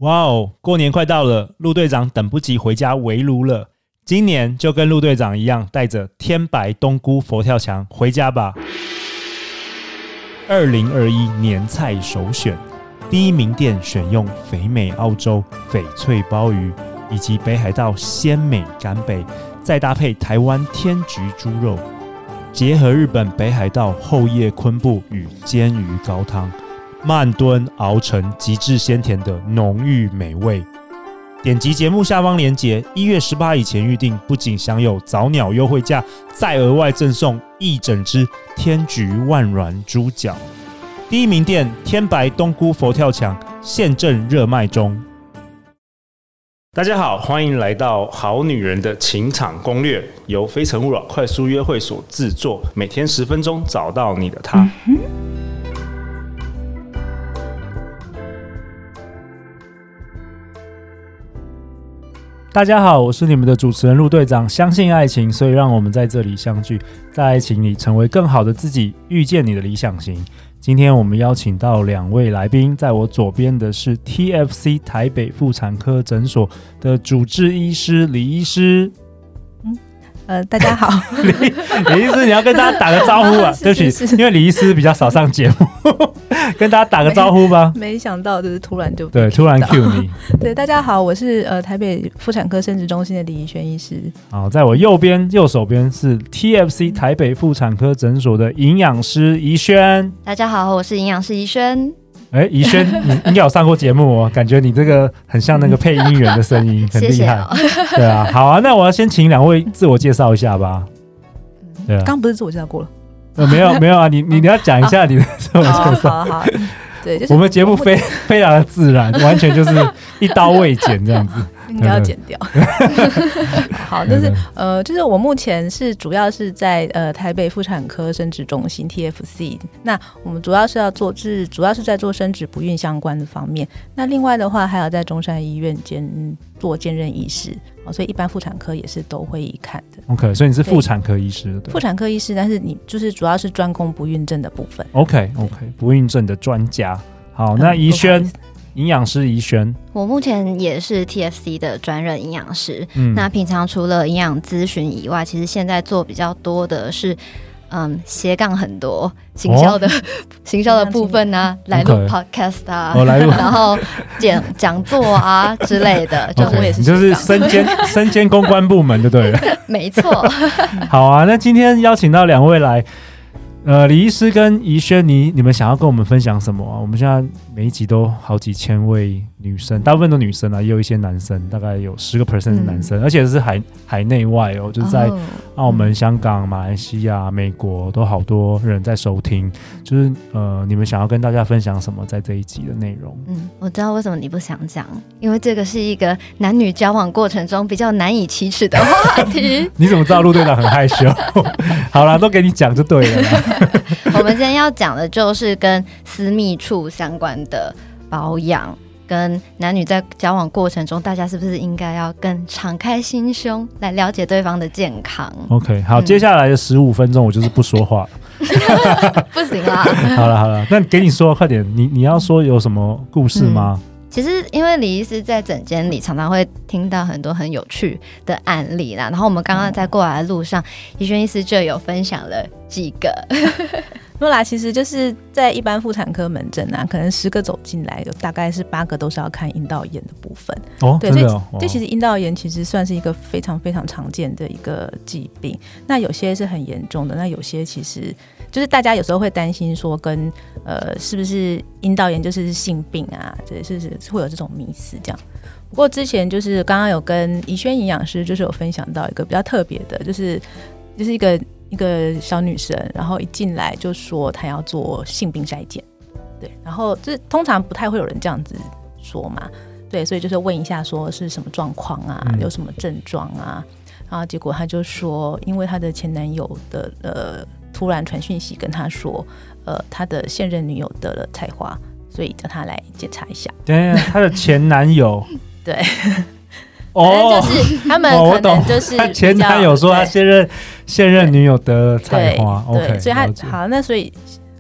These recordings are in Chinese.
哇哦，过年快到了，陆队长等不及回家围炉了。今年就跟陆队长一样，带着天白冬菇佛跳墙回家吧。2021年菜首选，第一名店选用肥美澳洲翡翠鲍鱼以及北海道鲜美干贝，再搭配台湾天菊猪肉，结合日本北海道厚叶昆布与煎鱼高汤，慢炖熬成极致鲜甜的浓郁美味。点击节目下方连结，1月18以前预定，不仅享有早鸟优惠价，再额外赠送1整只天菊万软猪脚。第一名店天白冬菇佛跳墙现正热卖中。大家好，欢迎来到好女人的情场攻略，由非诚勿扰快速约会所制作，每天10分钟，找到你的他。大家好，我是你们的主持人陆队长。相信爱情，所以让我们在这里相聚，在爱情里成为更好的自己，遇见你的理想型。今天我们邀请到2位来宾，在我左边的是 TFC 台北妇产科诊所的主治医师李医师。 大家好。 李医师，你要跟大家打个招呼啊！对不起，因为李医师比较少上节目，跟大家打个招呼吧。 没想到就是突然就对，突然 cue 你。 对，大家好，我是台北妇产科生殖中心的李怡萱医师。 好，在我右手边是 TFC 台北妇产科诊所的营养师怡萱。 大家好，我是营养师怡萱。 怡萱，你应该有上过节目哦，感觉你这个很像那个配音员的声音，很厉害。谢谢对啊，好啊，那我要先请2位自我介绍一下吧。对啊， 刚不是自我介绍过了？ 没有啊，你要讲一下你的自我介绍。 好，对，就是我们节目非常的自然，完全就是一刀未剪这样子。 应该要剪掉。好，就是我目前主要是在台北妇产科生殖中心 TFC， 那我们主要是在做生殖不孕相关的方面。那另外的话，还有在中山医院做兼任医师，所以一般妇产科也是都会看的。 OK， 所以你是妇产科医师，对？ 妇产科医师，但是你就是主要是专攻不孕症的部分。 OK， 不孕症的专家。好，那怡萱。营养师怡萱， 我目前也是 TFC 的专任营养师。那平常除了营养咨询以外，其实现在做比较多的是斜杠很多行销的部分啊，来录 podcast 啊，然后讲座啊之类的。就我也是， 你就是身兼公关部门就对了。 没错。 好啊，那今天邀请到2位来。李医师跟怡萱，你们想要跟我们分享什么啊？我们现在每一集都好几千位女生，大部分都女生啊，也有一些男生，大概有10% 是男生，而且是海内外哦，就是在澳门、香港、马来西亚、美国都好多人在收听。就是你们想要跟大家分享什么在这一集的内容？ 我知道为什么你不想讲，因为这个是一个男女交往过程中比较难以启齿的话题。 你怎么知道陆队长很害羞？好啦，都给你讲就对了啦。 我们今天要讲的就是跟私密处相关的保养，跟男女在交往过程中，大家是不是应该要更敞开心胸来了解对方的健康？ OK， 好，接下来的15分钟我就是不说话了。 不行啦。 好了，那给你说，快点，你要说有什么故事吗？ 其实因为李医师在诊间里常常会听到很多很有趣的案例啦，然后我们刚刚在过来的路上，怡萱医师就有分享了几个。 没有啦，其实就是在一般妇产科门诊啊，可能10个走进来，有大概是8个都是要看阴道炎的部分。对， 真的哦。 所以其实阴道炎其实算是一个非常非常常见的一个疾病。那有些是很严重的，那有些其实就是大家有时候会担心说跟是不是阴道炎就是性病啊，是会有这种迷思这样。不过之前就是刚刚有跟怡萱营养师就是有分享到一个比较特别的，就是一个小女生，然后一进来就说她要做性病筛检。对，然后这通常不太会有人这样子说嘛。对，所以就是问一下说是什么状况啊，有什么症状啊，然后结果她就说因为她的前男友的突然传讯息跟她说她的现任女友得了菜花，所以叫她来检查一下。 对，她的前男友对就是他们可能就是他前男友说他现任女友得菜花。 对，所以他好，那所以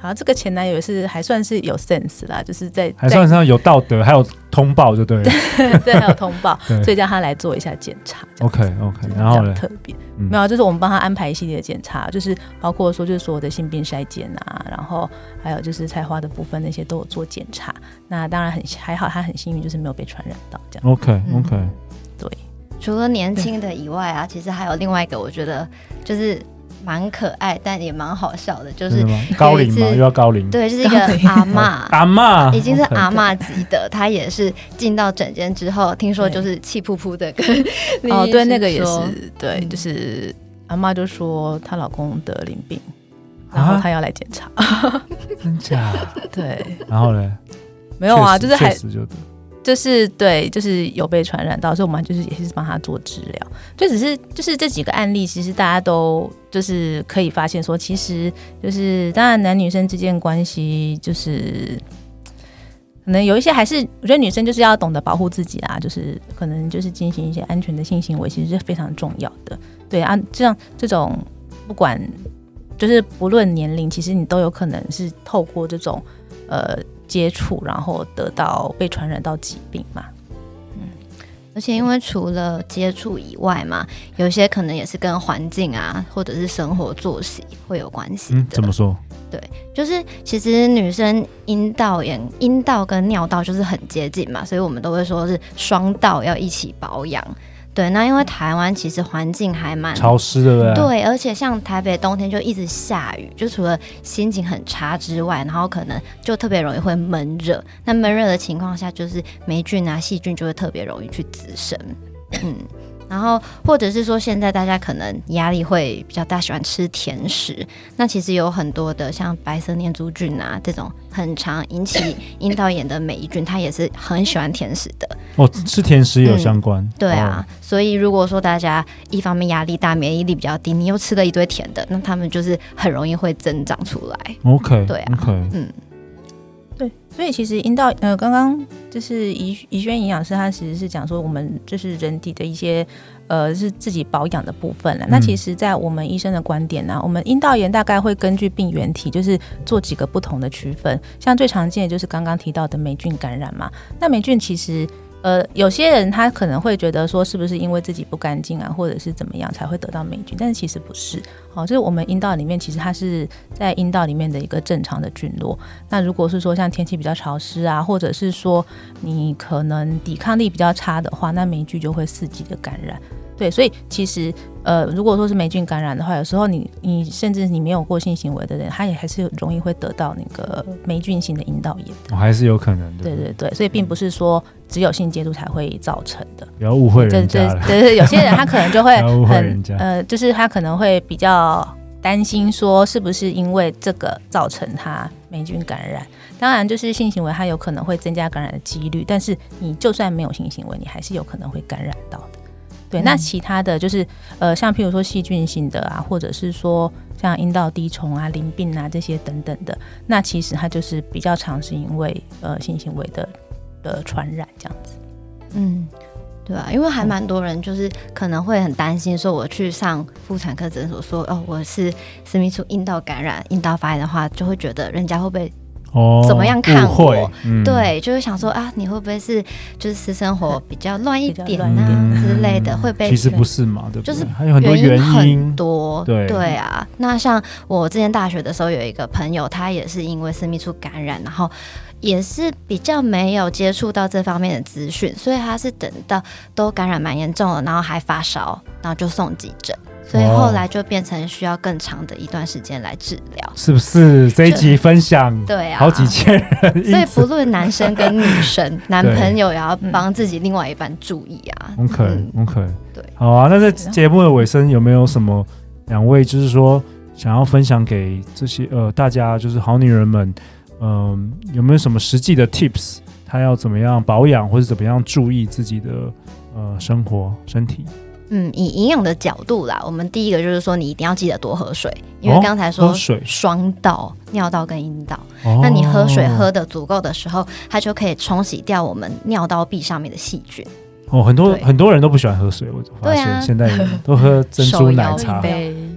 好，这个前男友是还算是有 sense 啦，就是还算是有道德，还有通报就对了。 对，还有通报，所以叫他来做一下检查。 OK， 然后呢？ 特别没有，就是我们帮他安排一系列的检查，就是包括说就是所有的性病筛检啊，然后还有就是菜花的部分那些都有做检查。那当然还好，他很幸运就是没有被传染到这样。 OK， 对。 除了年轻的以外啊，其实还有另外一个，我觉得就是蛮可爱，但也蛮好笑的，就是高龄嘛，又要高龄， 对，就是一个阿嬷， 阿嬷已经是阿嬷级的，她也是进到诊间之后，听说就是气扑扑的跟哦，对，那个也是对，就是阿嬷就说她老公得淋病，然后她要来检查， 真假？ 对， 然后呢？ 没有啊，就是还就是对，就是有被传染到，所以我们就是也是帮他做治疗。就只是就是这几个案例，其实大家都就是可以发现说，其实就是当然男女生之间关系就是可能有一些还是我觉得女生就是要懂得保护自己啦，就是可能就是进行一些安全的性行为，其实是非常重要的。对啊，这种不管就是不论年龄，其实你都有可能是透过这种接触，然后得到被传染到疾病嘛。 而且因为除了接触以外嘛，有些可能也是跟环境啊，或者是生活作息会有关系的。 怎么说？ 对，就是其实女生阴道跟尿道就是很接近嘛，所以我们都会说是双道要一起保养。对，那因为台湾其实环境还蛮潮湿的，对不对？ 对，而且像台北冬天就一直下雨，就除了心情很差之外，然后可能就特别容易会闷热。那闷热的情况下，就是霉菌啊、细菌就会特别容易去滋生。然后或者是说现在大家可能压力会比较大，喜欢吃甜食，那其实有很多的像白色念珠菌啊这种很常引起阴道炎的霉菌，它也是很喜欢甜食的。 哦，吃甜食也有相关。 对啊，所以如果说大家一方面压力大，免疫力比较低，你又吃了一堆甜的，那他们就是很容易会增长出来。 OK， 对啊， 对，所以其实阴道刚刚就是宜轩营养师他其实是讲说我们就是人体的一些是自己保养的部分了。那其实在我们医生的观点呢，我们阴道炎大概会根据病原体就是做几个不同的区分，像最常见的就是刚刚提到的霉菌感染嘛。那霉菌其实有些人他可能会觉得说是不是因为自己不干净啊，或者是怎么样才会得到霉菌，但是其实不是。就是我们阴道里面其实它是在阴道里面的一个正常的菌落。那如果是说像天气比较潮湿啊，或者是说你可能抵抗力比较差的话，那霉菌就会伺机的感染。对，所以其实如果说是霉菌感染的话，有时候你甚至你没有过性行为的人，他也还是容易会得到那个霉菌性的阴道炎的。 还是有可能的。 对对对，所以并不是说只有性接触才会造成的。 不要误会人家了。 对，有些人他可能就会很就是他可能会比较担心说是不是因为这个造成他霉菌感染。当然就是性行为它有可能会增加感染的几率，但是你就算没有性行为，你还是有可能会感染到的。对，那其他的就是像譬如说细菌性的啊，或者是说像阴道滴虫啊、淋病啊这些等等的，那其实它就是比较常是因为性行为的传染这样子。 对啊，因为还蛮多人就是可能会很担心说，我去上妇产科诊所说我是私密处阴道感染、阴道发炎的话，就会觉得人家会不会怎么样看我？对，就会想说啊，你会不会是就是私生活比较乱一点啊之类的，会被其实不是嘛，对不对？ 就是还有很多原因很多。 对啊，那像我之前大学的时候有一个朋友，他也是因为私密处感染，然后也是比较没有接触到这方面的资讯，所以他是等到都感染蛮严重了，然后还发烧，然后就送急诊。所以后来就变成需要更长的一段时间来治疗， 是不是？这一集分享对啊， 好几千人， 所以不论男生跟女生，男朋友也要帮自己另外一半注意啊。 OK， 对， 好啊。那在节目的尾声，有没有什么两位就是说想要分享给这些大家，就是好女人们，有没有什么实际的 tips？ 她要怎么样保养，或者怎么样注意自己的生活身体？ 以营养的角度啦，我们第一个就是说，你一定要记得多喝水，因为刚才说双道，尿道跟阴道，那你喝水喝的足够的时候，它就可以冲洗掉我们尿道壁上面的细菌。 很多人都不喜欢喝水，我发现现在人都喝珍珠奶茶。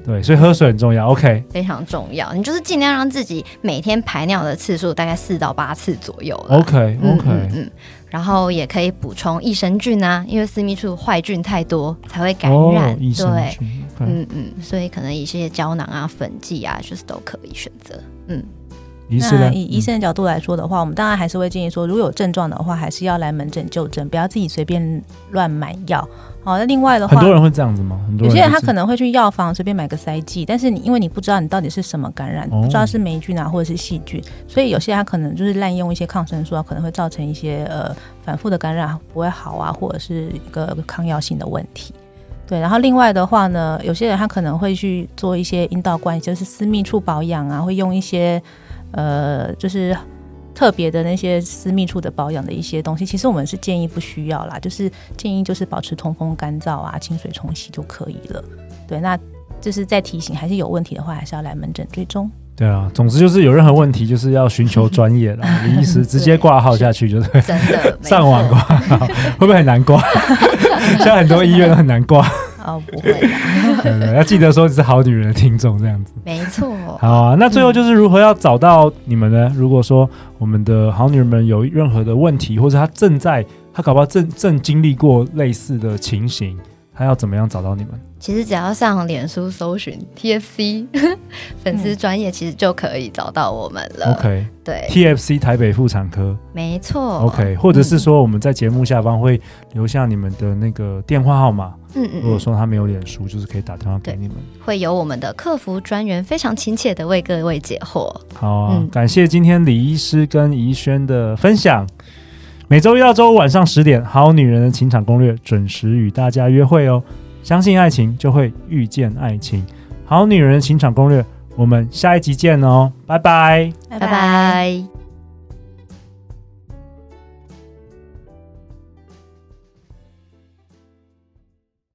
对，所以喝水很重要。OK， 非常重要。你就是尽量让自己每天排尿的次数大概4到8次左右啦。 OK， 然后也可以补充益生菌啊，因为私密处坏菌太多才会感染。 益生菌， 对，所以可能一些胶囊啊、粉剂啊，就是都可以选择。 那以医生的角度来说的话，我们当然还是会建议说，如果有症状的话，还是要来门诊就诊，不要自己随便乱买药。好，那另外的话， 很多人会这样子吗？ 有些人他可能会去药房随便买个塞剂，但是因为你不知道你到底是什么感染，不知道是霉菌啊或者是细菌，所以有些他可能就是滥用一些抗生素啊，可能会造成一些反复的感染不会好啊，或者是一个抗药性的问题。对，然后另外的话呢，有些人他可能会去做一些阴道灌洗，就是私密处保养啊，会用一些就是特别的那些私密处的保养的一些东西，其实我们是建议不需要啦，就是建议就是保持通风干燥啊，清水冲洗就可以了。对，那就是再提醒，还是有问题的话，还是要来门诊追踪。对啊，总之就是有任何问题，就是要寻求专业啦。李医师直接挂号下去就对， 真的上网挂号会不会很难挂？现在很多医院都很难挂。 不会啦。 对，要记得说你是好女人的听众这样子。 没错。 好啊，那最后就是如何要找到你们呢？如果说我们的好女人们有任何的问题，或者她搞不好正经历过类似的情形，她要怎么样找到你们？ 其实只要上脸书搜寻 TFC 粉丝专页，其实就可以找到我们了。 OK， 对 ，TFC 台北妇产科， 没错。 OK， 或者是说我们在节目下方会留下你们的那个电话号码。如果说他没有脸书，就是可以打电话给你们， 会有我们的客服专员非常亲切的为各位解惑。 好啊，感谢今天李医师跟怡萱的分享。每周一到周五晚上10点，好女人的情场攻略准时与大家约会哦。相信爱情，就会遇见爱情。好女人的情场攻略，我们下一集见哦，拜拜， 拜拜。